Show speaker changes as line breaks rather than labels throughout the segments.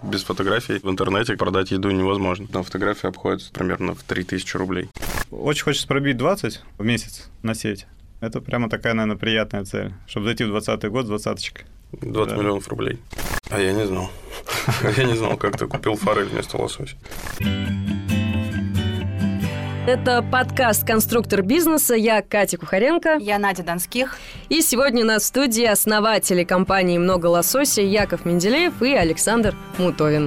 Без фотографий в интернете продать еду невозможно. Там фотография обходится примерно в 3000 рублей.
Очень хочется пробить 20 в месяц на сеть. Это прямо такая, наверное, приятная цель, чтобы зайти в 2020 год с 20-очкой.
20 миллионов рублей. А я не знал. Я не знал, как ты купил форель вместо лосося.
Это подкаст «Конструктор бизнеса». Я Катя Кухаренко.
Я Надя Донских.
И сегодня у нас в студии основатели компании «Много лосося» Яков Менделеев и Александр Мутовин.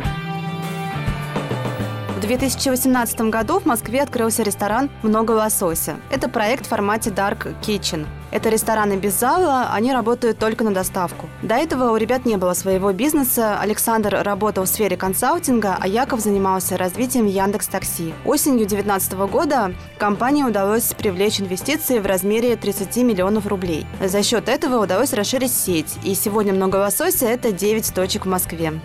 В 2018 году в Москве открылся ресторан «Много лосося». Это проект в формате Dark Kitchen. Это рестораны без зала, они работают только на доставку. До этого у ребят не было своего бизнеса. Александр работал в сфере консалтинга, а Яков занимался развитием Яндекс.Такси. Осенью 2019 года компании удалось привлечь инвестиции в размере 30 миллионов рублей. За счет этого удалось расширить сеть. И сегодня «Много лосося» – это 9 точек в Москве.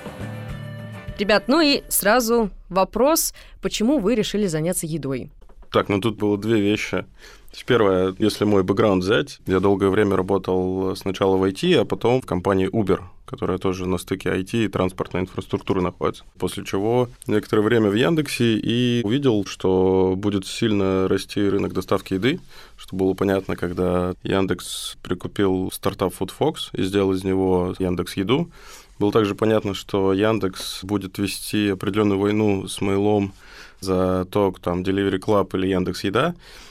Ребят, ну и сразу вопрос, почему вы решили заняться едой?
Так, ну тут было две вещи. Первое, если мой бэкграунд взять, я долгое время работал сначала в IT, а потом в компании Uber, которая тоже на стыке IT и транспортной инфраструктуры находится. После чего некоторое время в Яндексе и увидел, что будет сильно расти рынок доставки еды, что было понятно, когда Яндекс прикупил стартап FoodFox и сделал из него Яндекс.Еду. Было также понятно, что Яндекс будет вести определенную войну с Mail.com за то, там, Delivery Club или Яндекс.Еда.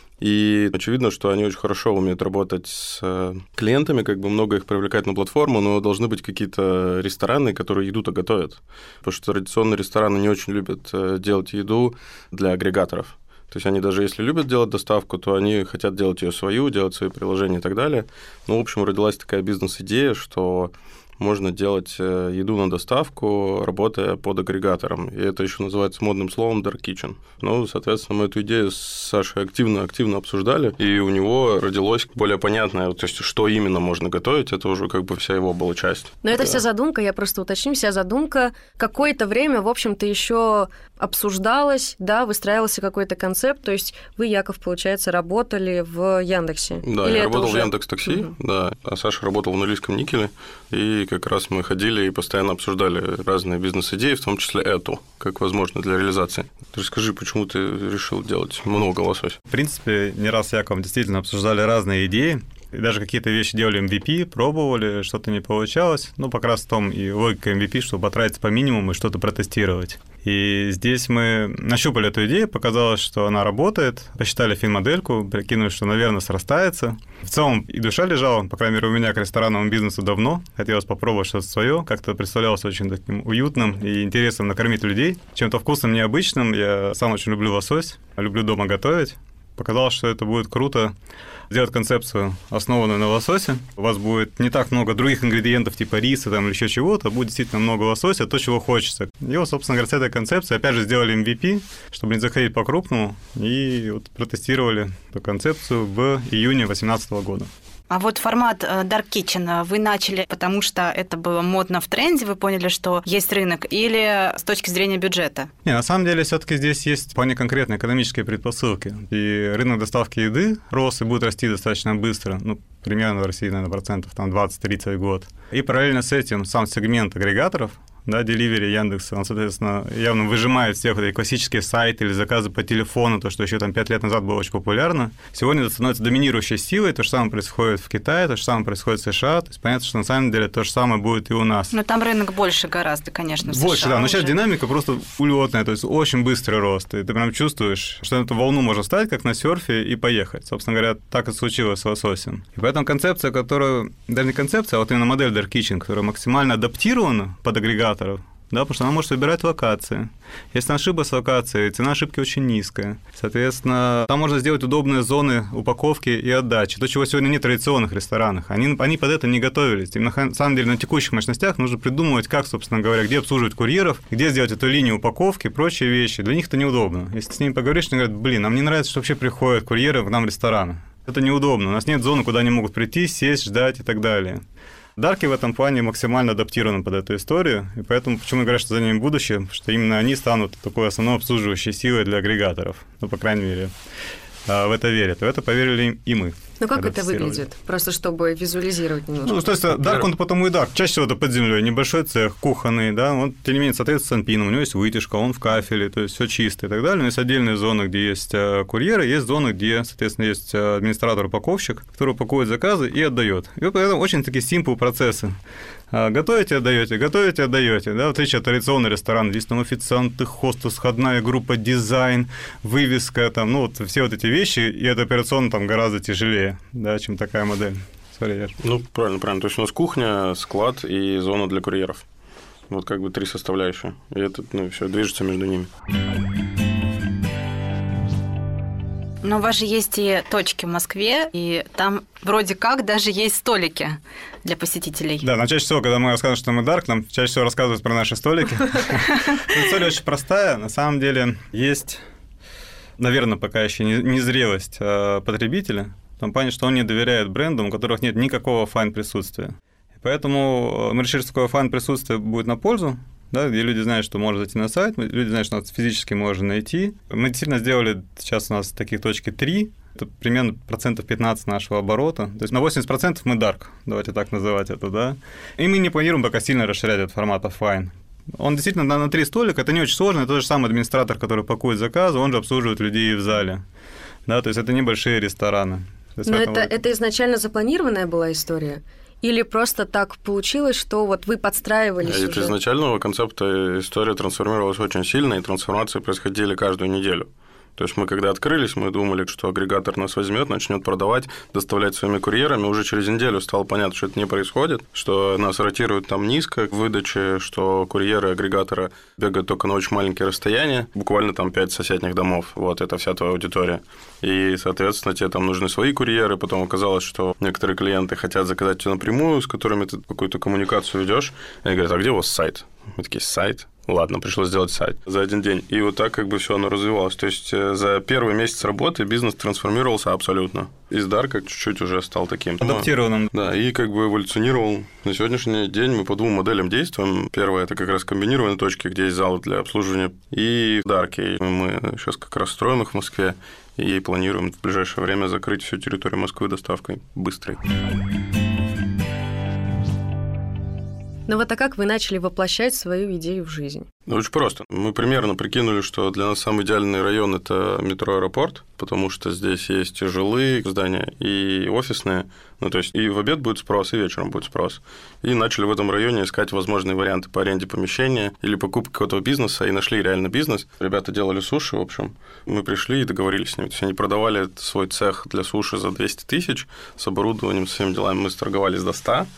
И очевидно, что они очень хорошо умеют работать с клиентами, как бы много их привлекать на платформу, но должны быть какие-то рестораны, которые еду-то готовят. Потому что традиционные рестораны не очень любят делать еду для агрегаторов. То есть они даже если любят делать доставку, то они хотят делать ее свою, делать свои приложения и так далее. Ну, в общем, родилась такая бизнес-идея, что можно делать еду на доставку, работая под агрегатором. И это еще называется модным словом Dark Kitchen. Ну, соответственно, мы эту идею с Сашей активно обсуждали, и у него родилось более понятное, то есть что именно можно готовить, это уже как бы вся его была часть.
Но это вся задумка, я просто уточню, вся задумка какое-то время, в общем-то, еще обсуждалась, да, выстраивался какой-то концепт, то есть вы, Яков, получается, работали в Яндексе?
Да,
или
я работал
уже...
в Яндекс.Такси, да, а Саша работал в Норильском никеле, и как раз мы ходили и постоянно обсуждали разные бизнес-идеи, в том числе эту, как возможно для реализации. Расскажи, почему ты решил делать много лосося?
В принципе, не раз с Яковом действительно обсуждали разные идеи. И даже какие-то вещи делали MVP, пробовали, что-то не получалось. Ну, как раз в том и логика MVP, чтобы потратить по минимуму и что-то протестировать. И здесь мы нащупали эту идею, показалось, что она работает, посчитали финмодельку, прикинули, что, наверное, срастается. В целом и душа лежала, по крайней мере, у меня к ресторанному бизнесу давно. Хотелось попробовать что-то свое, как-то представлялось очень таким уютным и интересным накормить людей. Чем-то вкусным, необычным. Я сам очень люблю лосось, люблю дома готовить. Показалось, что это будет круто сделать концепцию, основанную на лососе. У вас будет не так много других ингредиентов, типа риса там, или еще чего-то, будет действительно много лосося, то, чего хочется. И вот, собственно говоря, с этой концепцией опять же сделали MVP, чтобы не заходить по-крупному, и вот протестировали эту концепцию в июне 2018 года.
А вот формат Dark Kitchen вы начали, потому что это было модно в тренде, вы поняли, что есть рынок, или с точки зрения бюджета?
Не, на самом деле, все-таки здесь есть вполне конкретные экономические предпосылки. И рынок доставки еды рос и будет расти достаточно быстро, ну, примерно в России, наверное, процентов там 20-30 в год. И параллельно с этим сам сегмент агрегаторов, да, Delivery Яндекса, он, соответственно, явно выжимает всех вот эти классические сайты или заказы по телефону, то, что еще там 5 лет назад было очень популярно. Сегодня это становится доминирующей силой, то же самое происходит в Китае, то же самое происходит в США, то есть понятно, что на самом деле то же самое будет и у нас.
Но там рынок больше гораздо, конечно, в США.
Больше, да, но сейчас
уже.
Динамика просто улетная, то есть очень быстрый рост, и ты прям чувствуешь, что на эту волну можно встать, как на серфе, и поехать. Собственно говоря, так и случилось с лососем. И поэтому концепция, которая, даже не концепция, а вот именно модель Dark Kitchen, которая максимально адаптирована под агрегаторов, да, потому что она может выбирать локации. Если она ошиблась с локацией, цена ошибки очень низкая. Соответственно, там можно сделать удобные зоны упаковки и отдачи. То, чего сегодня нет в традиционных ресторанах. Они под это не готовились. Им, на самом деле, на текущих мощностях нужно придумывать, как, собственно говоря, где обслуживать курьеров, где сделать эту линию упаковки и прочие вещи. Для них это неудобно. Если с ними поговоришь, они говорят, блин, нам не нравится, что вообще приходят курьеры к нам в рестораны. Это неудобно. У нас нет зоны, куда они могут прийти, сесть, ждать и так далее. Дарки в этом плане максимально адаптированы под эту историю, и поэтому почему говорят, что за ними будущее, потому что именно они станут такой основной обслуживающей силой для агрегаторов, ну, по крайней мере, в это верят. В это поверили и мы.
Ну, как это выглядит? Просто чтобы визуализировать немножко.
Ну, то есть, дарк, он потому и дарк. Чаще всего это под землей, небольшой цех, кухонный, да, он элемент соответствует санпинам, у него есть вытяжка, он в кафеле, то есть все чисто и так далее. Но есть отдельные зоны, где есть курьеры, есть зоны, где, соответственно, есть администратор-упаковщик, который упаковывает заказы и отдает. И поэтому очень такие simple процессы. Готовите, отдаете, да, в отличие от традиционного ресторана, здесь там официанты, хостес, входная группа, дизайн, вывеска, там, ну, вот все вот эти вещи, и это операционно там гораздо тяжелее, да, чем такая модель.
Ну, правильно. То есть у нас кухня, склад и зона для курьеров. Вот как бы 3 составляющие. И это, все движется между ними.
Но у вас же есть и точки в Москве, и там вроде как даже есть столики для посетителей.
Да, но чаще всего, когда мы рассказываем, что мы дарк, нам чаще всего рассказывают про наши столики. История очень простая. На самом деле есть, наверное, пока еще незрелость потребителя, в том плане, что он не доверяет брендам, у которых нет никакого офлайн-присутствия. Поэтому мы решили, что такое офлайн-присутствие будет на пользу, да, где люди знают, что можно зайти на сайт, люди знают, что нас физически можно найти. Мы действительно сделали, сейчас у нас таких точки 3, это примерно 15% нашего оборота. То есть на 80% мы дарк, давайте так называть это, да. И мы не планируем пока сильно расширять этот формат офлайн. Он действительно на 3 столика, это не очень сложно, это тот же самый администратор, который пакует заказы, он же обслуживает людей в зале. Да, то есть это небольшие рестораны.
Но это изначально запланированная была история? Или просто так получилось, что вот вы подстраивались
От изначального концепта история трансформировалась очень сильно, и трансформации происходили каждую неделю. То есть мы когда открылись, мы думали, что агрегатор нас возьмет, начнет продавать, доставлять своими курьерами. Уже через неделю стало понятно, что это не происходит, что нас ротируют там низко в выдаче, что курьеры агрегатора бегают только на очень маленькие расстояния, буквально там 5 соседних домов. Вот это вся твоя аудитория. И, соответственно, тебе там нужны свои курьеры. Потом оказалось, что некоторые клиенты хотят заказать тебя напрямую, с которыми ты какую-то коммуникацию ведешь. Они говорят, а где у вас сайт? Мы такие, сайт? Ладно, пришлось сделать сайт за один день. И вот так как бы все оно развивалось. То есть за первый месяц работы бизнес трансформировался абсолютно. Из дарка чуть-чуть уже стал таким.
Адаптированным.
Да, и как бы эволюционировал. На сегодняшний день мы по 2 моделям действуем. Первая – это как раз комбинированные точки, где есть залы для обслуживания. И в дарке мы сейчас как раз строим их в Москве. И планируем в ближайшее время закрыть всю территорию Москвы доставкой быстрой.
Ну вот а как вы начали воплощать свою идею в жизнь?
Очень просто. Мы примерно прикинули, что для нас самый идеальный район – это метро-аэропорт, потому что здесь есть и жилые здания, и офисные. Ну, то есть и в обед будет спрос, и вечером будет спрос. И начали в этом районе искать возможные варианты по аренде помещения или покупке какого-то бизнеса, и нашли реально бизнес. Ребята делали суши, в общем. Мы пришли и договорились с ними. То есть они продавали свой цех для суши за 200 тысяч с оборудованием, со всеми делами. Мы сторговались до 100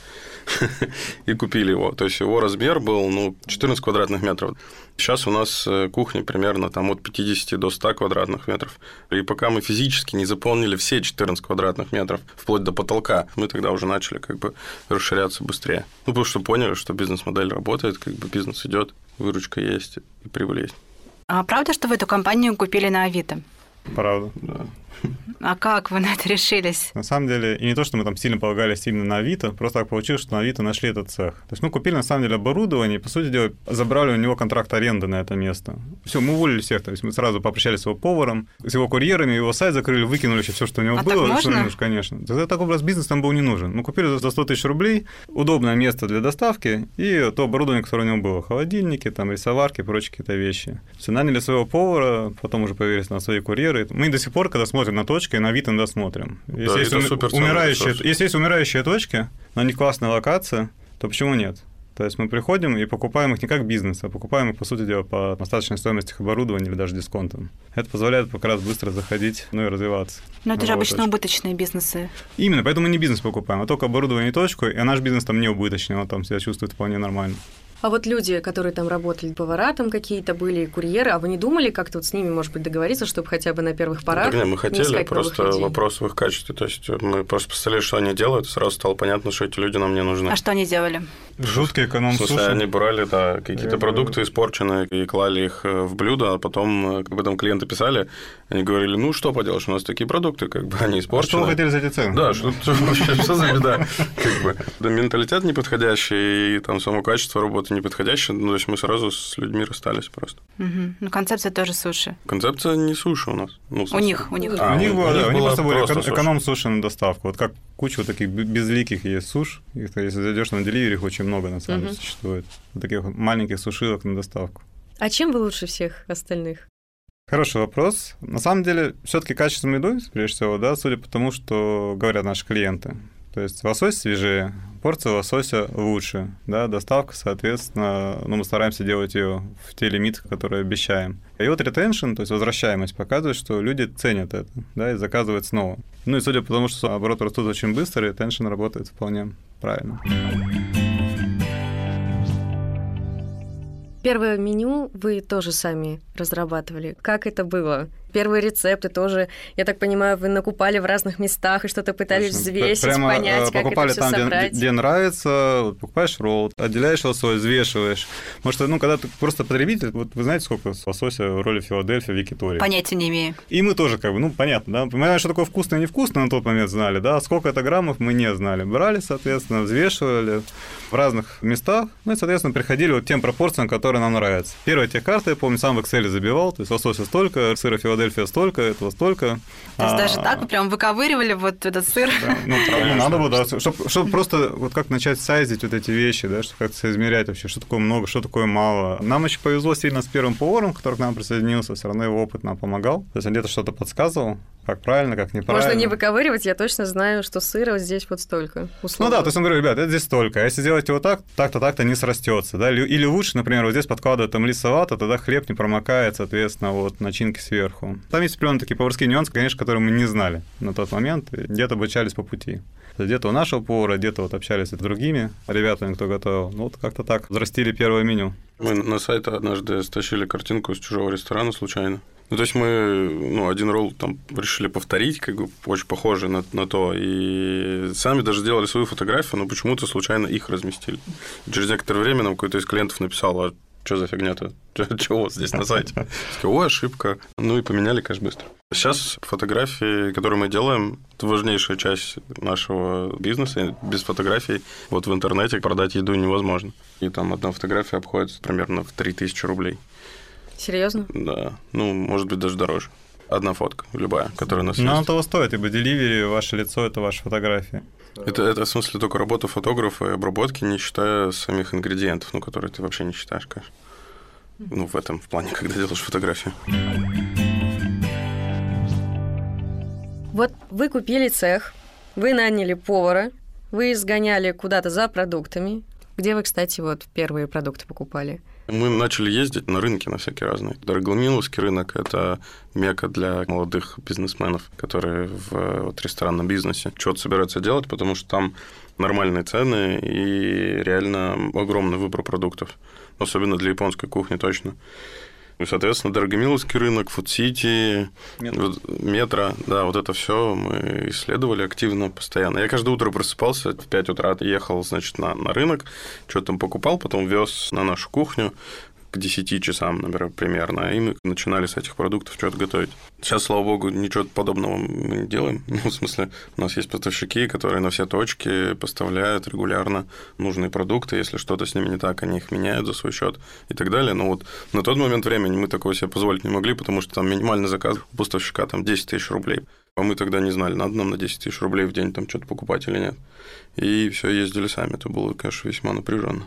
и купили его. То есть его размер был 14 квадратных метров. Сейчас у нас кухня примерно там, от 50 до 100 квадратных метров. И пока мы физически не заполнили все 14 квадратных метров, вплоть до потолка, мы тогда уже начали как бы расширяться быстрее. Потому что поняли, что бизнес-модель работает, как бы бизнес идет, выручка есть и прибыль есть.
А правда, что вы эту компанию купили на Авито?
Правда.
Да.
А как вы на это решились?
На самом деле, и не то, что мы там сильно полагались именно на Авито, просто так получилось, что на Авито нашли этот цех. То есть мы купили, на самом деле, оборудование, и, по сути дела, забрали у него контракт аренды на это место. Все, мы уволили всех, то есть мы сразу попрощались с его поваром, с его курьерами, его сайт закрыли, выкинули все, что у него было.
Так можно?
Конечно. Тогда такой образ бизнеса нам был не нужен. Мы купили за 100 тысяч рублей удобное место для доставки и то оборудование, которое у него было. Холодильники, там, рисоварки и прочие какие-то вещи. Все, наняли своего повара, потом уже появились на свои курьеры. Мы до сих пор, когда смотрим на точки, на Авито досмотрим. Если есть умирающие точки, но не классная локация, то почему нет? То есть мы приходим и покупаем их не как бизнес, а покупаем их, по сути дела, по остаточной стоимости их оборудования или даже дисконтом. Это позволяет как раз быстро заходить, и развиваться.
Но это же обычно убыточные бизнесы.
Именно, поэтому мы не бизнес покупаем, а только оборудование и точку, и наш бизнес там не убыточный, он там себя чувствует вполне нормально.
А вот люди, которые там работали, повара там какие-то были, курьеры, а вы не думали как-то вот с ними, может быть, договориться, чтобы хотя бы на первых порах
мы хотели, просто вопрос в их качестве. То есть мы просто представляли, что они делают, и сразу стало понятно, что эти люди нам не нужны.
А что они делали?
Жуткий эконом-суши.
Они брали какие-то продукты испорченные и клали их в блюдо, а потом, когда там клиенты писали, они говорили, что поделаешь, у нас такие продукты, как бы они испорчены.
А что вы хотели за эти цены?
Да, что за беда? Менталитет неподходящий, и там само качество работы что-то неподходящее, то есть мы сразу с людьми расстались просто.
Угу. Ну, концепция тоже суши.
Концепция не суши у нас.
У них.
У них просто были эконом-суши на доставку. Вот как куча вот таких безликих есть суш. Если зайдешь на деливери, их очень много на самом деле существует. Вот таких маленьких сушилок на доставку.
А чем вы лучше всех остальных?
Хороший вопрос. На самом деле, все-таки качественной едой, прежде всего, да, судя по тому, что говорят наши клиенты. То есть лосось свежее, порция лосося лучше, да, доставка, соответственно, мы стараемся делать ее в те лимиты, которые обещаем. И вот ретеншн, то есть возвращаемость, показывает, что люди ценят это, да, и заказывают снова. Ну и судя по тому, что обороты растут очень быстро, ретеншн работает вполне правильно.
Первое меню вы тоже сами разрабатывали. Как это было? Первые рецепты тоже, я так понимаю, вы накупали в разных местах и что-то пытались взвесить,
прямо
понять, как это все
там,
собрать.
Где нравится, вот, покупаешь ролл, отделяешь лосось, взвешиваешь. Может, когда ты просто потребитель, вот вы знаете, сколько лосося в роли Филадельфия в Якитории?
Понятия не имею.
И мы тоже, понятно, да, понимаем, что такое вкусно и невкусно на тот момент знали, да, сколько это граммов мы не знали. Брали, соответственно, взвешивали в разных местах, ну и, соответственно, приходили вот тем пропорциям, которые нам нравятся. Первая те карты, я помню, сам в Excel забивал, то есть лосося столько, сыра Филадельфия столько, этого столько.
То есть даже так вы прям выковыривали вот этот сыр?
Да, надо было, да, чтобы просто вот как начать сайзить вот эти вещи, да, чтобы как-то соизмерять вообще, что такое много, что такое мало. Нам еще повезло сильно с первым поваром, который к нам присоединился, все равно его опыт нам помогал. То есть он где-то что-то подсказывал, как правильно, как неправильно.
Можно не выковыривать, я точно знаю, что сыра вот здесь вот столько. Условно.
Ну да, то есть он говорит, ребят, это здесь столько, а если делать его так, так-то, так-то не срастется, да, или лучше, например, вот здесь подкладывать там лист салата, тогда хлеб не промокает, соответственно, вот начинки сверху. Там есть определенные такие поварские нюансы, конечно, которые мы не знали на тот момент, где-то обучались по пути. Где-то у нашего повара, где-то вот общались с другими ребятами, кто готовил. Ну вот как-то так взрастили первое меню.
Мы на сайт однажды стащили картинку из чужого ресторана случайно. Ну, то есть мы один ролл там решили повторить, как бы очень похоже на то, и сами даже сделали свою фотографию, но почему-то случайно их разместили. И через некоторое время нам какой-то из клиентов написал, а что за фигня-то? Чего у вас здесь на сайте? Ой, ошибка. Ну и поменяли, конечно, быстро. Сейчас фотографии, которые мы делаем, это важнейшая часть нашего бизнеса. Без фотографий вот в интернете продать еду невозможно. И там одна фотография обходится примерно в 3000 рублей.
Серьезно?
Да. Ну, может быть, даже дороже. Одна фотка, любая, которая у нас есть.
Но оно того стоит, ибо деливери, ваше лицо – это ваша фотография.
Это, в смысле, только работа фотографа и обработки, не считая самих ингредиентов, которые ты вообще не считаешь, конечно. Ну, в плане, когда делаешь фотографию.
Вот вы купили цех, вы наняли повара, вы сгоняли куда-то за продуктами. Где вы, кстати, вот первые продукты покупали?
Мы начали ездить на рынки на всякие разные. Дорогомиловский рынок – это мекка для молодых бизнесменов, которые в ресторанном бизнесе что-то собираются делать, потому что там нормальные цены и реально огромный выбор продуктов. Особенно для японской кухни точно. И, соответственно, Дорогомиловский рынок, Фуд-Сити, метро, да, вот это все мы исследовали активно, постоянно. Я каждое утро просыпался в 5 утра, ехал, значит, на рынок, что-то там покупал, потом вез на нашу кухню к 10 часам, например, примерно, и мы начинали с этих продуктов что-то готовить. Сейчас, слава богу, ничего подобного мы не делаем. Ну, в смысле, у нас есть поставщики, которые на все точки поставляют регулярно нужные продукты. Если что-то с ними не так, они их меняют за свой счет и так далее. Но вот на тот момент времени мы такого себе позволить не могли, потому что там минимальный заказ у поставщика там 10 тысяч рублей. А мы тогда не знали, надо нам на 10 тысяч рублей в день там что-то покупать или нет. И все ездили сами. Это было, конечно, весьма напряженно.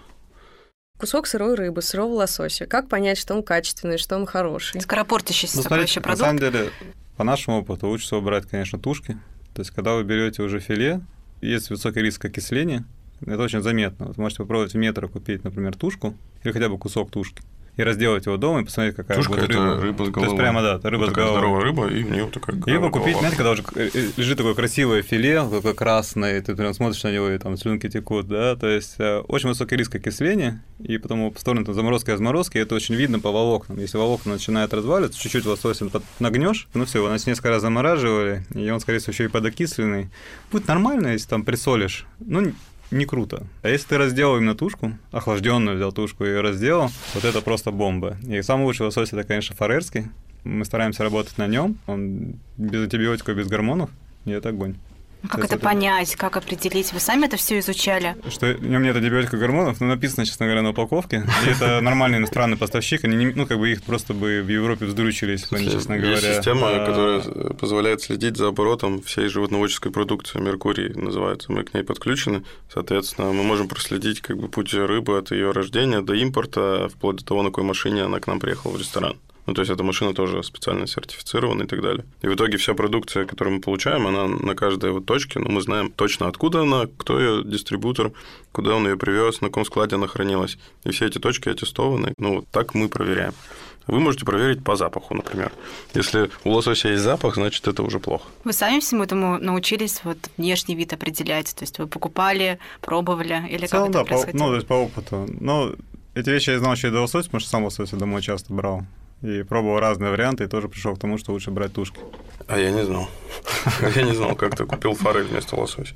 Кусок сырой рыбы, сырого лосося. Как понять, что он качественный, что он хороший?
Скоропортящийся такой еще продукт.
На самом деле, по нашему опыту, лучше всего брать, конечно, тушки. То есть, когда вы берете уже филе, есть высокий риск окисления, это очень заметно. Вы можете попробовать в метро купить, например, тушку или хотя бы кусок тушки и разделать его дома и посмотреть, какая
тушка
будет
рыба. Тушка – это рыба с головой.
То есть, прямо, да, рыба
вот
с головой.
Здоровая рыба, и в нее такая голова.
Либо купить, знаете, когда уже лежит такое красивое филе, такое красное, ты прям смотришь на него, и там слюнки текут, да, то есть очень высокий риск окисления, и потому повторно там заморозки, это очень видно по волокнам. Если волокна начинают разваливаться, чуть-чуть лосося нагнешь, ну все, его несколько раз замораживали, и он, скорее всего, еще и подокисленный. Будет нормально, если там присолишь, ну, не круто. А если ты разделал именно тушку, охлажденную взял тушку и разделал, вот это просто бомба. И самый лучший лосось это, конечно, фарерский. Мы стараемся работать на нем. Он без антибиотиков, без гормонов, и это огонь.
Как это понять, как определить? Вы сами это все изучали?
Что у меня нет антибиотиков гормонов, но написано, честно говоря, на упаковке. И это нормальный иностранный поставщик. Они, их просто бы в Европе вздрючились, честно говоря.
Есть система, которая позволяет следить за оборотом всей животноводческой продукции. Меркурий называется. Мы к ней подключены. Соответственно, мы можем проследить путь рыбы от ее рождения до импорта, вплоть до того, на какой машине она к нам приехала в ресторан. То есть эта машина тоже специально сертифицирована и так далее. И в итоге вся продукция, которую мы получаем, она на каждой точке, но мы знаем точно, откуда она, кто ее дистрибьютор, куда он ее привез, на каком складе она хранилась. И все эти точки аттестованы. Так мы проверяем. Вы можете проверить по запаху, например. Если у лосося есть запах, значит, это уже плохо.
Вы сами всему этому научились внешний вид определять? То есть вы покупали, пробовали или как это происходило?
То есть по опыту. Эти вещи я знал еще и до лосося, потому что сам лосося домой часто брал. И пробовал разные варианты, и тоже пришел к тому, что лучше брать тушки.
А я не знал. Я не знал, как ты купил форель вместо лосося.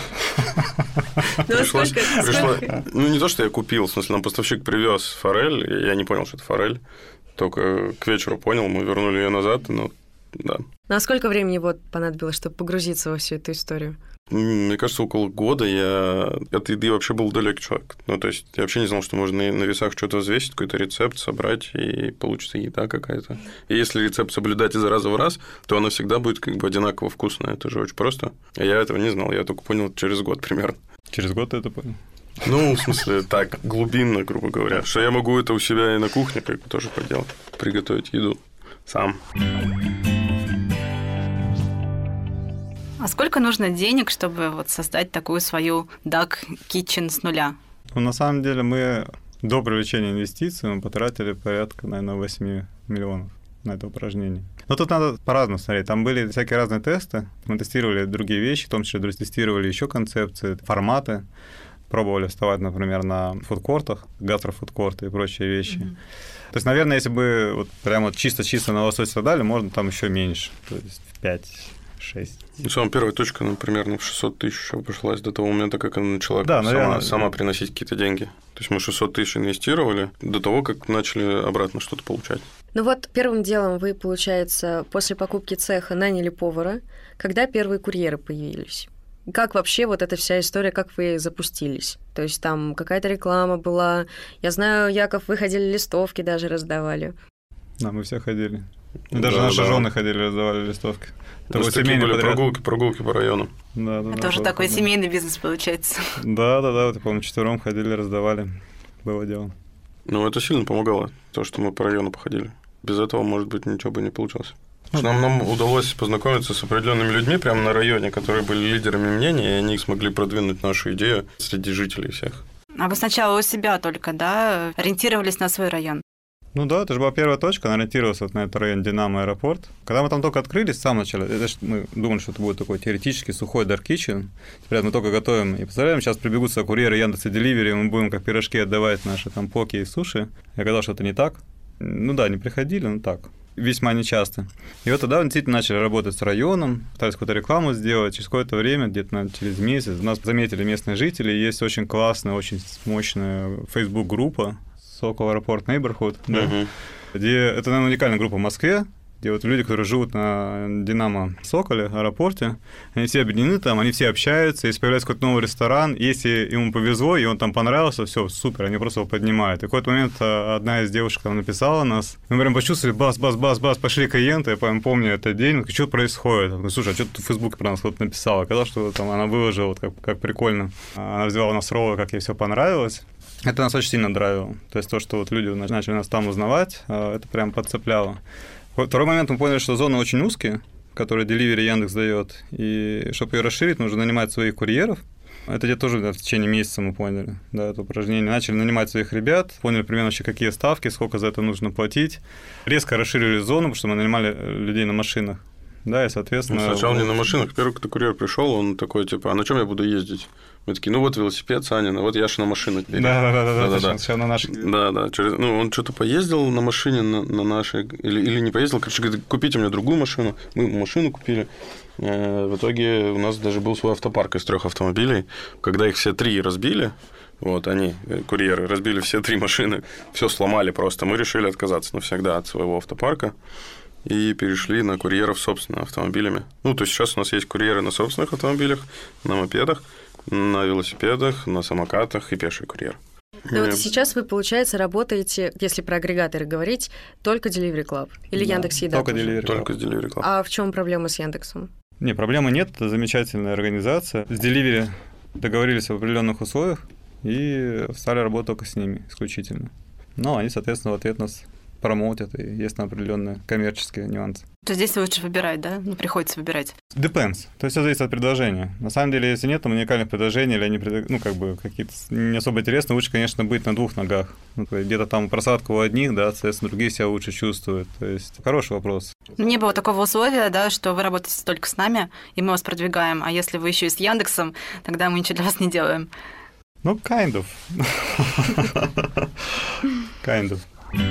Не то, что я купил, в смысле, нам поставщик привез форель, и я не понял, что это форель. Только к вечеру понял, мы вернули ее назад, да.
А сколько времени понадобилось, чтобы погрузиться во всю эту историю?
Мне кажется, около года я от еды вообще был далекий человек. То есть я вообще не знал, что можно на весах что-то взвесить, какой-то рецепт собрать, и получится еда какая-то. И если рецепт соблюдать из раза в раз, то оно всегда будет одинаково вкусное. Это же очень просто. А я этого не знал, я только понял через год примерно.
Через год ты это понял?
В смысле, так, глубинно, грубо говоря. Что я могу это у себя и на кухне тоже поделать. Приготовить еду сам.
А сколько нужно денег, чтобы создать такую свою Duck Kitchen с нуля?
На самом деле мы до привлечения инвестиций мы потратили порядка, наверное, 8 миллионов на это упражнение. Но тут надо по-разному смотреть. Там были всякие разные тесты. Мы тестировали другие вещи, в том числе тестировали еще концепции, форматы. Пробовали вставать, например, на фудкортах, гастрофудкорты и прочие вещи. То есть, наверное, если бы прямо чисто на лосось дали, можно там еще меньше. То есть в 5-6.
Самая первая точка, примерно в 600 тысяч обошлась до того момента, как она начала сама приносить какие-то деньги. То есть мы 600 тысяч инвестировали до того, как начали обратно что-то получать.
Первым делом вы, получается, после покупки цеха наняли повара. Когда первые курьеры появились? Как вообще эта вся история, как вы запустились? То есть там какая-то реклама была. Я знаю, Яков, вы ходили, листовки даже раздавали.
Да, мы все ходили. Даже наши жены ходили, раздавали листовки.
Такой семейный были прогулки по району.
Это уже такой семейный бизнес получается.
Да, по-моему, 4 ходили, раздавали. Было дело.
Это сильно помогало, то, что мы по району походили. Без этого, может быть, ничего бы не получилось. Нам удалось познакомиться с определенными людьми прямо на районе, которые были лидерами мнений, и они смогли продвинуть нашу идею среди жителей всех.
А вы сначала у себя только, ориентировались на свой район?
Это же была первая точка, она ориентировалась на этот район Динамо Аэропорт. Когда мы там только открылись, в самом начале, мы думали, что это будет такой теоретически сухой Dark Kitchen. Теперь мы только готовим. И представляем, сейчас прибегутся курьеры Яндекс и Delivery, и мы будем как пирожки отдавать наши поки и суши. Я оказалось, что это не так. Не приходили, но так. Весьма нечасто. И тогда мы действительно начали работать с районом, пытались какую-то рекламу сделать. Через какое-то время, где-то через месяц, нас заметили местные жители. Есть очень классная, очень мощная Facebook-группа Sokol Airport Neighborhood, где это, наверное, уникальная группа в Москве, где люди, которые живут на Динамо Соколе, аэропорте, они все объединены там, они все общаются, если появляется какой-то новый ресторан, если ему повезло, и он там понравился, все супер, они просто его поднимают. И в какой-то момент одна из девушек написала нас, мы прям почувствовали, бас, пошли клиенты, я помню этот день, что происходит? Я говорю, слушай, а что ты в Фейсбуке про нас кто-то написал? Оказалось, что там она выложила, как прикольно. Она взяла у нас роллы, как ей все понравилось. Это нас очень сильно драйвило. То есть то, что люди начали нас там узнавать, это прям подцепляло. Второй момент, мы поняли, что зоны очень узкие, которые Delivery Яндекс дает, и чтобы ее расширить, нужно нанимать своих курьеров. Это где-то тоже в течение месяца мы поняли, это упражнение. Начали нанимать своих ребят, поняли примерно вообще, какие ставки, сколько за это нужно платить. Резко расширили зону, потому что мы нанимали людей на машинах. И, соответственно...
Сначала не на машинах. Первый, когда курьер пришел, он такой, а на чем я буду ездить? Мы такие, велосипед, Санин, я ж на машину.
Да. Все на нашей.
Да. Он что-то поездил на машине на нашей, или не поездил, говорит, купите мне другую машину. Мы машину купили. В итоге у нас даже был свой автопарк из 3 автомобилей. Когда их все 3 разбили, они, курьеры, разбили все 3 машины, все сломали просто. Мы решили отказаться навсегда от своего автопарка. и перешли на курьеров с собственными автомобилями. Ну, то есть сейчас у нас есть курьеры на собственных автомобилях, на мопедах, на велосипедах, на самокатах и пеший курьер.
Но вот сейчас вы, получается, работаете, если про агрегаторы говорить, только Delivery Club или
Да,
Яндекс.Еда
только
тоже?
Delivery Club.
Только с Delivery Club.
А в чем проблема с Яндексом?
Не, проблемы нет, это замечательная организация. С Delivery договорились в определенных условиях и стали работать только с ними исключительно. Но они, соответственно, в ответ нас промоутят, и есть там определенные коммерческие нюансы.
То здесь лучше выбирать, да? Ну, приходится выбирать.
Depends. То есть все зависит от предложения. На самом деле, если нет там уникальных предложений, или они какие-то не особо интересные, лучше, конечно, быть на двух ногах. Ну, где-то там просадка у одних, да, соответственно, другие себя лучше чувствуют. То есть хороший вопрос.
Не было такого условия, да, что вы работаете только с нами, и мы вас продвигаем, а если вы еще и с Яндексом, тогда мы ничего для вас не делаем.
Ну, kind of. Kind of.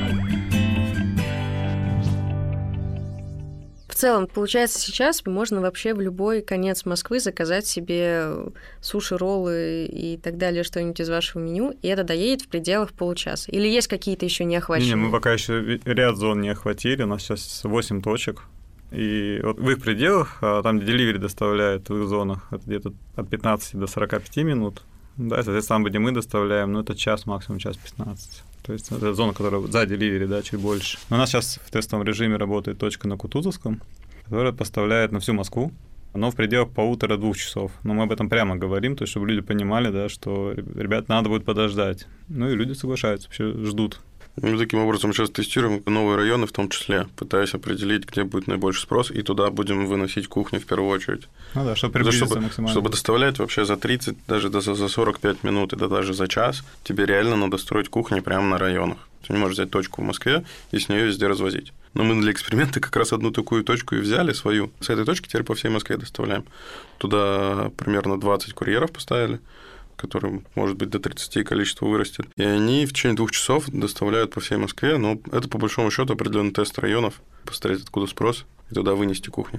В целом, получается, сейчас можно вообще в любой конец Москвы заказать себе суши, роллы и так далее, что-нибудь из вашего меню, и это доедет в пределах получаса. Или есть какие-то еще не охваченные?
Не, мы пока еще ряд зон не охватили, у нас сейчас 8 точек. И вот в их пределах, там, где деливери доставляют в их зонах, это где-то от 15 до 45 минут. Да, соответственно, там, где мы доставляем, это час, максимум час 15. То есть это зона, которая за деливери, да, чуть больше. Но у нас сейчас в тестовом режиме работает точка на Кутузовском, которая поставляет на всю Москву, но в пределах 1,5-2 часов. Но мы об этом прямо говорим, то есть чтобы люди понимали, да, что, ребят, надо будет подождать. Ну и люди соглашаются, вообще ждут.
Мы таким образом сейчас тестируем новые районы, в том числе, пытаясь определить, где будет наибольший спрос, и туда будем выносить кухню в первую очередь.
Ну да, чтобы приблизиться максимально.
Чтобы доставлять вообще за 30, даже за 45 минут, и даже за час, тебе реально надо строить кухни прямо на районах. Ты не можешь взять точку в Москве и с нее везде развозить. Но мы для эксперимента как раз одну такую точку и взяли, свою. С этой точки теперь по всей Москве доставляем. Туда примерно 20 курьеров поставили, которым, может быть, до 30 количество вырастет. И они в течение 2 часов доставляют по всей Москве. Но это, по большому счету, определенный тест районов. Посмотреть, откуда спрос, и туда вынести кухню.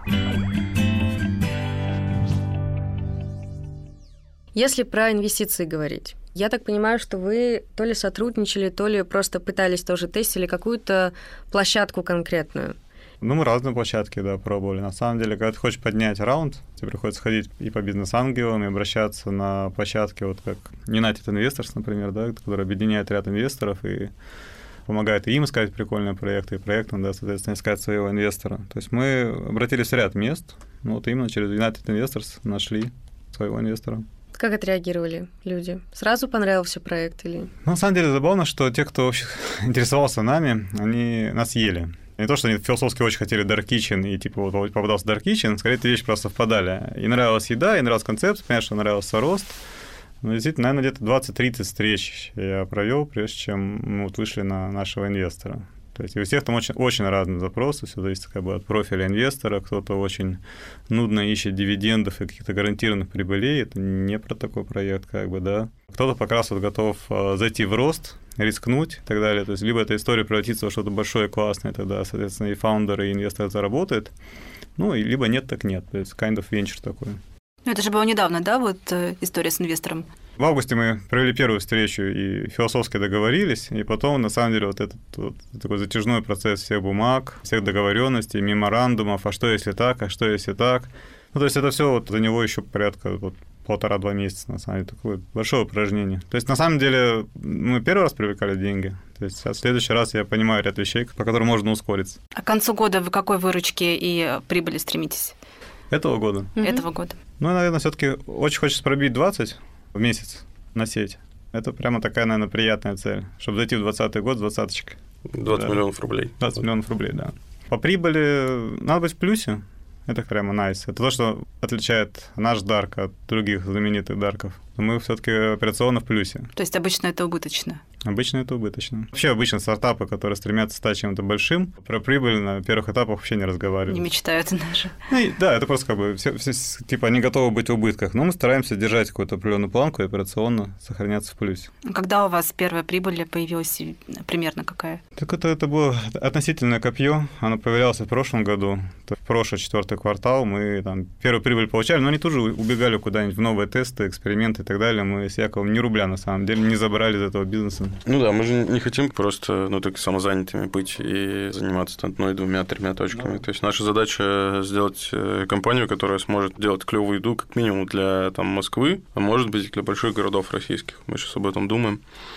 Если про инвестиции говорить, я так понимаю, что вы то ли сотрудничали, то ли просто пытались тоже тестили какую-то площадку конкретную.
Ну, мы разные площадки, да, пробовали. На самом деле, когда ты хочешь поднять раунд, тебе приходится ходить и по бизнес-ангелам, и обращаться на площадки, вот как United Investors, например, да, который объединяет ряд инвесторов и помогает и им искать прикольные проекты, и проектам, да, соответственно, искать своего инвестора. То есть мы обратились в ряд мест, ну, вот именно через United Investors нашли своего инвестора.
Как отреагировали люди? Сразу понравился проект или...
На самом деле забавно, что те, кто вообще интересовался нами, они нас ели. Не то, что они философски очень хотели Dark Kitchen, и типа вот попадался Dark Kitchen, скорее эти вещи просто совпадали. И нравилась еда, и нравилась концепция, понятно, что нравился рост. Но действительно, наверное, где-то 20-30 встреч я провел, прежде чем мы вот вышли на нашего инвестора. То есть и у всех там очень, очень разные запросы, все зависит как бы от профиля инвестора. Кто-то очень нудно ищет дивидендов и каких-то гарантированных прибылей. Это не про такой проект, как бы, да. Кто-то как раз вот готов зайти в рост, рискнуть и так далее. То есть либо эта история превратится во что-то большое, классное, тогда, соответственно, и фаундер, и инвестор заработает. Ну, и либо нет, так нет. То есть kind of venture такой.
Ну, это же было недавно, да, вот история с инвестором?
В августе мы провели первую встречу и философски договорились, и потом, на самом деле, вот этот вот такой затяжной процесс всех бумаг, всех договоренностей, меморандумов, а что если так, а что если так. Ну, то есть это все вот за него еще порядка вот 1,5-2 месяца, на самом деле, такое большое упражнение. То есть, на самом деле, мы первый раз привлекали деньги, то есть в следующий раз я понимаю ряд вещей, по которым можно ускориться.
А к концу года вы какой выручки и прибыли стремитесь?
Этого года?
Этого года.
Ну, наверное, все-таки очень хочется пробить 20 в месяц на сеть. Это прямо такая, наверное, приятная цель, чтобы зайти в 2020 год с 20-очкой.
20 миллионов рублей.
20 миллионов рублей, да. По прибыли надо быть в плюсе. Это прямо nice. Это то, что отличает наш дарк от других знаменитых дарков. Мы все-таки операционно в плюсе.
То есть обычно это убыточно?
Обычно это убыточно. Вообще обычно стартапы, которые стремятся стать чем-то большим, про прибыль на первых этапах вообще не разговаривают.
Не мечтают даже.
Ну, да, это просто как бы все, типа они готовы быть в убытках, но мы стараемся держать какую-то определенную планку и операционно сохраняться в плюсе.
Когда у вас первая прибыль появилась, примерно какая?
Так это было относительное копье, оно появлялось в прошлом году. в прошлый 4-й квартал мы там первую прибыль получали, но они тоже убегали куда-нибудь в новые тесты, эксперименты и так далее. Мы с Яковом ни рубля, на самом деле, не забрали из этого бизнеса.
Ну да, мы же не хотим просто, так самозанятыми быть и заниматься одной, 2-3 точками. То есть наша задача сделать компанию, которая сможет делать клевую еду как минимум для там, Москвы, а может быть, для больших городов российских. Мы сейчас об этом думаем.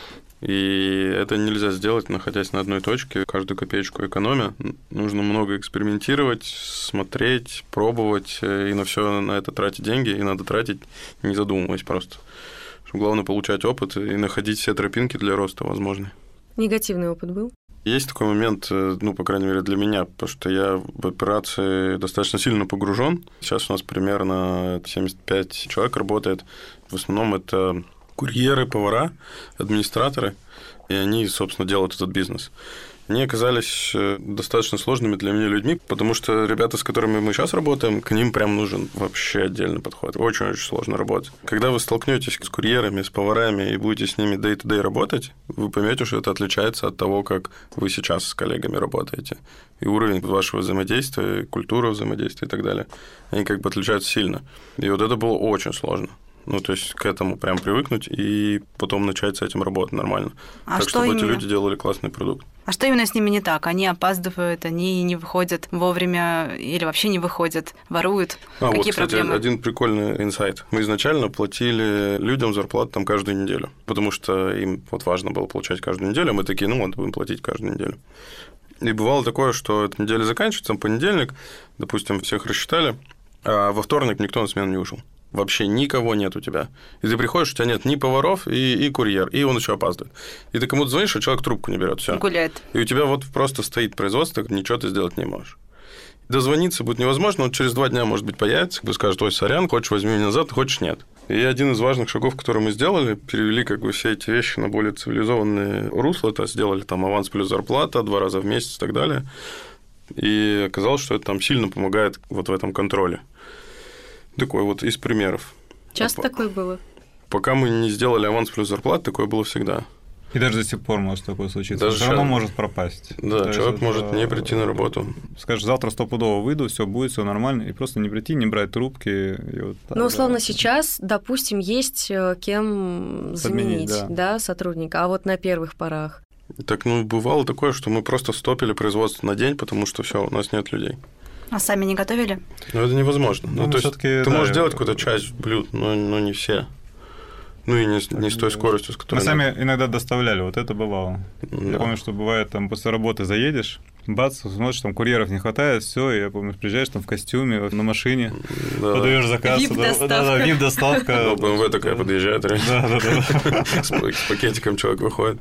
И это нельзя сделать, находясь на одной точке, каждую копеечку экономя. Нужно много экспериментировать, смотреть, пробовать, и на все на это тратить деньги, и надо тратить, не задумываясь просто. Главное получать опыт и находить все тропинки для роста возможные.
Негативный опыт был? Есть
такой момент, по крайней мере, для меня, потому что я в операции достаточно сильно погружен. Сейчас у нас примерно 75 человек работает. В основном это курьеры, повара, администраторы, и они, собственно, делают этот бизнес. Они оказались достаточно сложными для меня людьми, потому что ребята, с которыми мы сейчас работаем, к ним прям нужен вообще отдельный подход. Очень-очень сложно работать. Когда вы столкнетесь с курьерами, с поварами и будете с ними day-to-day работать, вы поймете, что это отличается от того, как вы сейчас с коллегами работаете. И уровень вашего взаимодействия, культура взаимодействия и так далее, они как бы отличаются сильно. И вот это было очень сложно. То есть к этому прям привыкнуть и потом начать с этим работать нормально. Так, чтобы эти люди делали классный продукт.
А что именно с ними не так? Они опаздывают, они не выходят вовремя или вообще не выходят, воруют? Какие
кстати,
проблемы?
Один прикольный инсайт. Мы изначально платили людям зарплату там каждую неделю, потому что им важно было получать каждую неделю, а мы такие, будем платить каждую неделю. И бывало такое, что эта неделя заканчивается, понедельник, допустим, всех рассчитали, а во вторник никто на смену не ушел. Вообще никого нет у тебя. И ты приходишь, у тебя нет ни поваров, и курьер, и он еще опаздывает. И ты кому-то звонишь, а человек трубку не берет. Все.
Гуляет.
И у тебя просто стоит производство, ничего ты сделать не можешь. Дозвониться будет невозможно, через 2 дня, может быть, появится, скажет: ой, сорян, хочешь, возьми меня назад, хочешь, нет. И один из важных шагов, которые мы сделали, перевели все эти вещи на более цивилизованные русла, то сделали там аванс плюс зарплата 2 раза в месяц и так далее. И оказалось, что это там сильно помогает в этом контроле. Такой из примеров.
Часто такое было?
Пока мы не сделали аванс плюс зарплат, такое было всегда.
И даже до сих пор может такое случиться.
Даже
все равно может пропасть.
Да, человек может не прийти на работу.
Скажешь, завтра стопудово выйду, все будет, все нормально, и просто не прийти, не брать трубки.
Условно, сейчас, допустим, есть кем заменить сотрудника, а на первых порах?
Так, бывало такое, что мы просто стопили производство на день, потому что все, у нас нет людей.
А сами не готовили?
Это невозможно. То есть ты можешь делать какую-то часть блюд, но не все. И не с той скоростью, с которой...
Мы сами иногда доставляли, это бывало. Да. Я помню, что бывает, после работы заедешь, бац, смотришь, курьеров не хватает, все, и я помню, приезжаешь в костюме, на машине, подаешь заказ.
Вип-доставка.
БМВ такая подъезжает, с пакетиком человек выходит.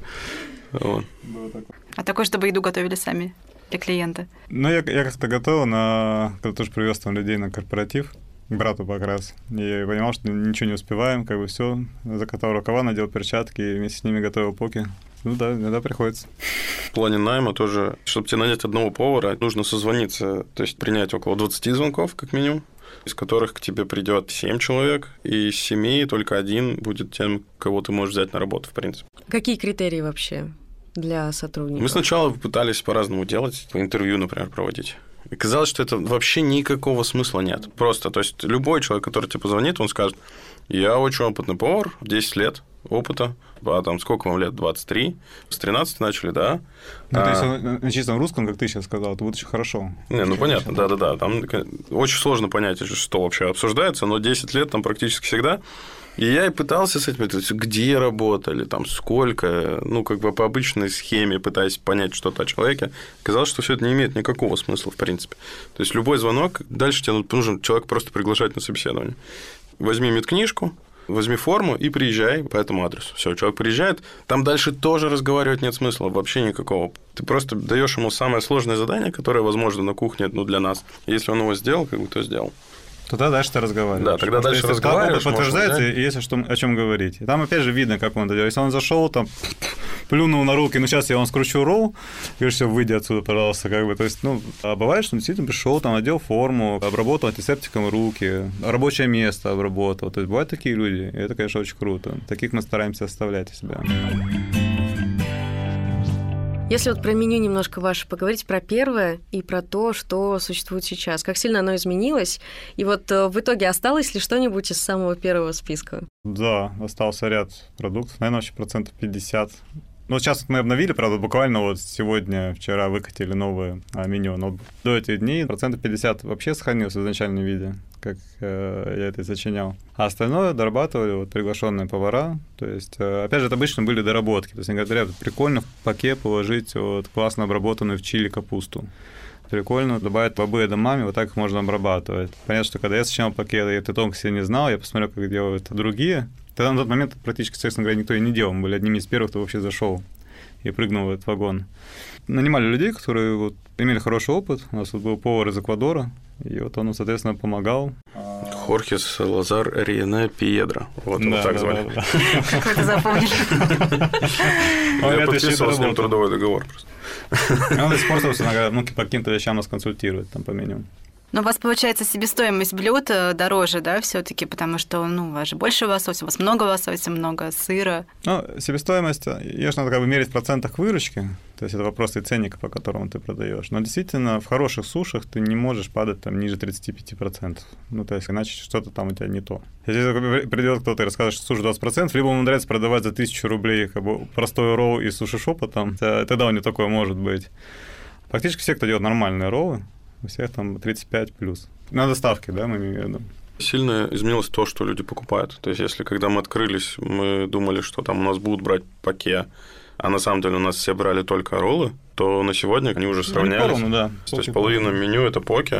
А такое, чтобы еду готовили сами для клиента?
Я как-то готовил, когда тоже привез там людей на корпоратив, к брату как раз. И я понимал, что ничего не успеваем, все, закатал рукава, надел перчатки и вместе с ними готовил поки. Иногда приходится.
В плане найма тоже, чтобы тебе нанять одного повара, нужно созвониться, то есть принять около 20 звонков, как минимум, из которых к тебе придет 7 человек, и из 7 только 1 будет тем, кого ты можешь взять на работу, в принципе.
Какие критерии вообще для сотрудников?
Мы сначала пытались по-разному делать, по интервью, например, проводить. И казалось, что это вообще никакого смысла нет. Просто, то есть любой человек, который тебе позвонит, он скажет: я очень опытный повар, 10 лет опыта, а там сколько вам лет? 23? С 13 начали, да?
Если на чистом русском, как ты сейчас сказал, то будет очень хорошо.
Понятно, да. Там очень сложно понять, что вообще обсуждается, но 10 лет там практически всегда. И я и пытался с этим, где работали, там сколько, по обычной схеме, пытаясь понять что-то о человеке. Оказалось, что все это не имеет никакого смысла, в принципе. То есть любой звонок, дальше тебе нужен человек просто приглашать на собеседование. Возьми медкнижку, возьми форму и приезжай по этому адресу. Все, человек приезжает, там дальше тоже разговаривать нет смысла, вообще никакого. Ты просто даешь ему самое сложное задание, которое возможно на кухне, для нас. Если он его сделал, то сделал.
Тогда дальше ты разговариваешь.
Да, тогда дальше разговариваешь.
Подтверждается, и есть о чем говорить. И там, опять же, видно, как он это делает. Если он зашел, плюнул на руки, сейчас я вам скручу ролл, говоришь: все, выйди отсюда, пожалуйста. То есть, а бывает, что он действительно пришел, надел форму, обработал антисептиком руки, рабочее место обработал. То есть, бывают такие люди, и это, конечно, очень круто. Таких мы стараемся оставлять у себя.
Если вот про меню немножко ваше поговорить, про первое и про то, что существует сейчас. Как сильно оно изменилось? И вот в итоге осталось ли что-нибудь из самого первого списка?
Да, остался ряд продуктов, наверное, вообще 50%. Ну, сейчас мы обновили, правда, буквально вот сегодня, вчера выкатили новое меню, но до этих дней 50% вообще сохранилось в изначальном виде, как я это и сочинял. А остальное дорабатывали вот приглашенные повара. То есть, опять же, это обычно были доработки. То есть они говорят, прикольно в паке положить вот классно обработанную в чили капусту. Прикольно добавить бобы эдамами, вот так их можно обрабатывать. Понятно, что когда я сочинял пакет, я этой тонкости не знал, я посмотрел, как делают другие. Тогда на тот момент практически, честно говоря, никто и не делал. Мы были одними из первых, кто вообще зашел и прыгнул в этот вагон. Нанимали людей, которые вот имели хороший опыт. У нас вот был повар из Эквадора, и вот он, соответственно, помогал.
Хорхе Салазар Риене Пьедро. Вот его так звали.
Как вы это запомнили?
Я подписывал с ним трудовой договор просто.
Он до сих пор, собственно, по каким-то вещам нас консультирует там по меню.
Но у вас, получается, себестоимость блюд дороже, да, все-таки, потому что, у вас же больше лосося, у вас много лосося, много сыра.
Ну, себестоимость, ее же надо как бы мерить в процентах выручки, то есть это вопрос и ценника, по которому ты продаешь. Но действительно, в хороших сушах ты не можешь падать там ниже 35%. Ну, то есть иначе что-то там у тебя не то. Если придет кто-то и расскажет, что суши 20%, либо ему нравится продавать за 1000 рублей как бы простой ролл из суши-шопа, там, тогда у него такое может быть. Фактически все, кто делает нормальные роллы, у всех там 35+. На доставке, да, мы имеем в виду.
Сильно изменилось то, что люди покупают. То есть, если когда мы открылись, мы думали, что там у нас будут брать паке, а на самом деле у нас все брали только роллы, то на сегодня они уже сравнялись.
Поровну, да.
То есть, половина меню – это поке,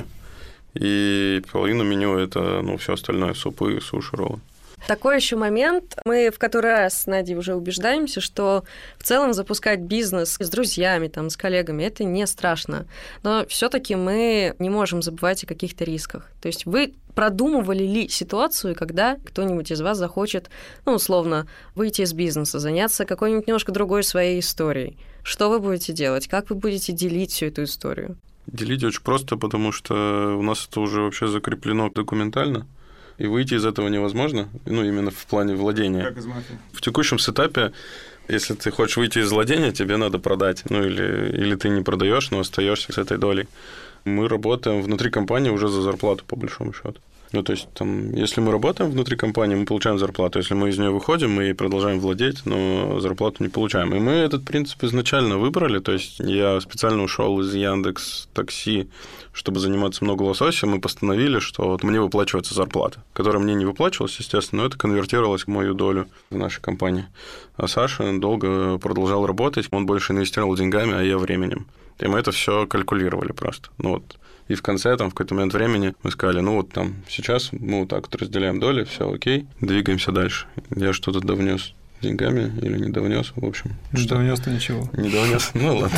и половина меню – это все остальное – супы, суши, роллы.
Такой еще момент. Мы в который раз с Надей уже убеждаемся, что в целом запускать бизнес с друзьями, там, с коллегами – это не страшно. Но все-таки мы не можем забывать о каких-то рисках. То есть вы продумывали ли ситуацию, когда кто-нибудь из вас захочет, условно, выйти из бизнеса, заняться какой-нибудь немножко другой своей историей? Что вы будете делать? Как вы будете делить всю эту историю?
Делить очень просто, потому что у нас это уже вообще закреплено документально. И выйти из этого невозможно, именно в плане владения.
Как из мафии.
В текущем сетапе, если ты хочешь выйти из владения, тебе надо продать. Или ты не продаешь, но остаешься с этой долей. Мы работаем внутри компании уже за зарплату, по большому счету. То есть, если мы работаем внутри компании, мы получаем зарплату. Если мы из нее выходим, мы ей продолжаем владеть, но зарплату не получаем. И мы этот принцип изначально выбрали. То есть, я специально ушел из Яндекс.Такси, чтобы заниматься много лосося. Мы постановили, что мне выплачивается зарплата, которая мне не выплачивалась, естественно, но это конвертировалось в мою долю в нашей компании. А Саша долго продолжал работать. Он больше инвестировал деньгами, а я временем. И мы это все калькулировали просто. И в конце, в какой-то момент времени мы сказали, сейчас мы вот так вот разделяем доли, все окей, двигаемся дальше. Я что-то довнес деньгами или не довнес, в общем.
Не довнес-то ничего.
Не довнес, ладно.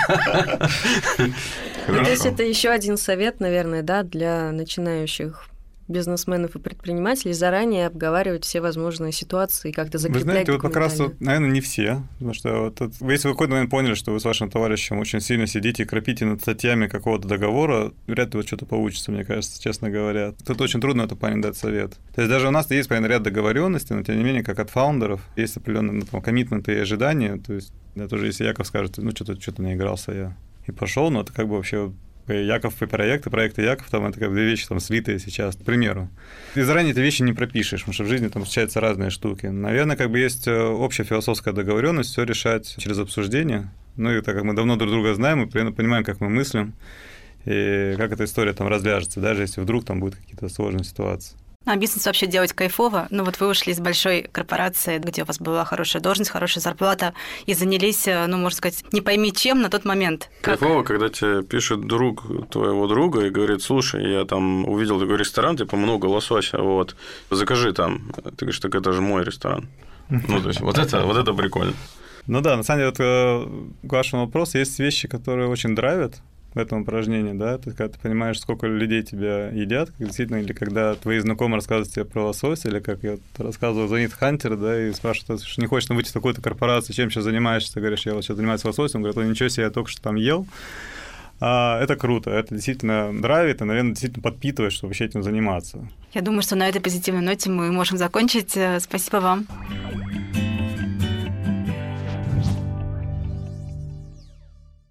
То есть это еще один совет, наверное, для начинающих бизнесменов и предпринимателей заранее обговаривать все возможные ситуации и как-то закреплять.
Вы знаете, как раз, наверное, не все. Потому что если вы в какой-то момент поняли, что вы с вашим товарищем очень сильно сидите и крапите над статьями какого-то договора, вряд ли что-то получится, мне кажется, честно говоря. Тут очень трудно это парень дать совет. То есть даже у нас есть, понятно, ряд договоренностей, но тем не менее, как от фаундеров, есть определенные коммитменты и ожидания. То есть тоже если Яков скажет, что-то наигрался я и пошел, но это как бы вообще... Яков и проекты Яков, это как две вещи слитые сейчас, к примеру. Ты заранее эти вещи не пропишешь, потому что в жизни случаются разные штуки. Наверное, есть общая философская договоренность все решать через обсуждение. И так как мы давно друг друга знаем, мы примерно понимаем, как мы мыслим, и как эта история разляжется, даже если вдруг будут какие-то сложные ситуации.
А бизнес вообще делать кайфово. Вы ушли из большой корпорации, где у вас была хорошая должность, хорошая зарплата, и занялись, можно сказать, не пойми чем на тот момент.
Кайфово, когда тебе пишет друг твоего друга и говорит, слушай, я увидел такой ресторан, много лосося, закажи там. Ты говоришь, так это же мой ресторан. То есть вот это прикольно.
На самом деле, к вашему вопросу, есть вещи, которые очень драйвят в этом упражнении, да, когда ты понимаешь, сколько людей тебя едят, действительно, или когда твои знакомые рассказывают тебе про лосось, или как я рассказывал, звонит хантер, да, и спрашивает, что не хочешь выйти в такую-то корпорацию, чем сейчас занимаешься, ты говоришь, я сейчас занимаюсь лососем, он говорит, ничего себе, я только что там ел. Это круто, это действительно драйвит и, наверное, действительно подпитывает, чтобы вообще этим заниматься.
Я думаю, что на этой позитивной ноте мы можем закончить. Спасибо вам.